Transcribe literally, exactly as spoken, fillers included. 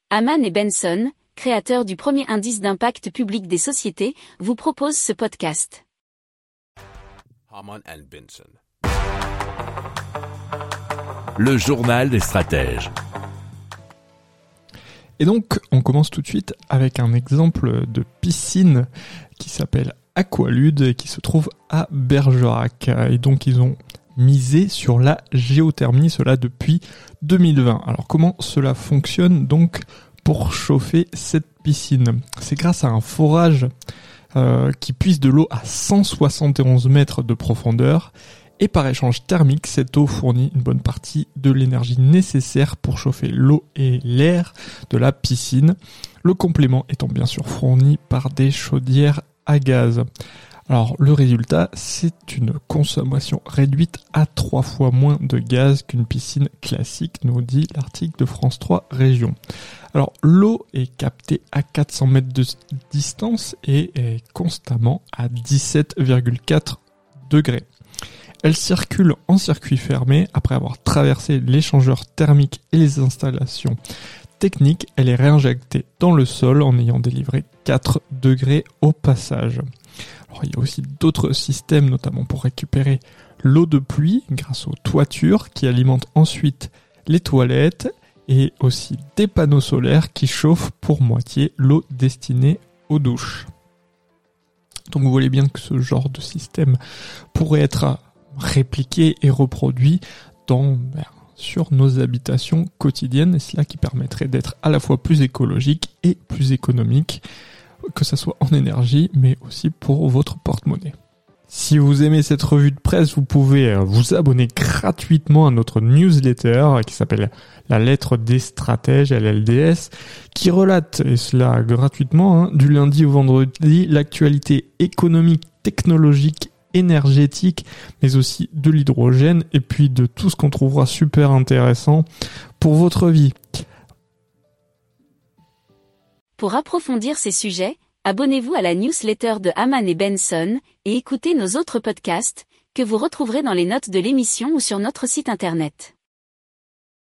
Hamann et Benson, créateurs du premier indice d'impact public des sociétés, vous proposent ce podcast. Hamann and Benson. Le journal des stratèges. Et donc, on commence tout de suite avec un exemple de piscine qui s'appelle Aqualude et qui se trouve à Bergerac. Et donc, ils ont misé sur la géothermie, cela depuis deux mille vingt. Alors, comment cela fonctionne donc pour chauffer cette piscine ? C'est grâce à un forage euh, qui puise de l'eau à cent soixante et onze mètres de profondeur. Et par échange thermique, cette eau fournit une bonne partie de l'énergie nécessaire pour chauffer l'eau et l'air de la piscine. Le complément étant bien sûr fourni par des chaudières à gaz. Alors le résultat, c'est une consommation réduite à trois fois moins de gaz qu'une piscine classique, nous dit l'article de France trois Régions. Alors l'eau est captée à quatre cents mètres de distance et est constamment à dix-sept virgule quatre degrés. Elle circule en circuit fermé après avoir traversé l'échangeur thermique et les installations techniques. Elle est réinjectée dans le sol en ayant délivré quatre degrés au passage. Alors, il y a aussi d'autres systèmes, notamment pour récupérer l'eau de pluie grâce aux toitures qui alimentent ensuite les toilettes et aussi des panneaux solaires qui chauffent pour moitié l'eau destinée aux douches. Donc vous voyez bien que ce genre de système pourrait être répliqué et reproduit dans, ben, sur nos habitations quotidiennes, et cela qui permettrait d'être à la fois plus écologique et plus économique, que ça soit en énergie, mais aussi pour votre porte-monnaie. Si vous aimez cette revue de presse, vous pouvez vous abonner gratuitement à notre newsletter qui s'appelle La Lettre des Stratèges, L L D S, qui relate, et cela gratuitement, hein, du lundi au vendredi, l'actualité économique, technologique, énergétique, mais aussi de l'hydrogène, et puis de tout ce qu'on trouvera super intéressant pour votre vie. Pour approfondir ces sujets, abonnez-vous à la newsletter de Hamann et Benson et écoutez nos autres podcasts que vous retrouverez dans les notes de l'émission ou sur notre site internet.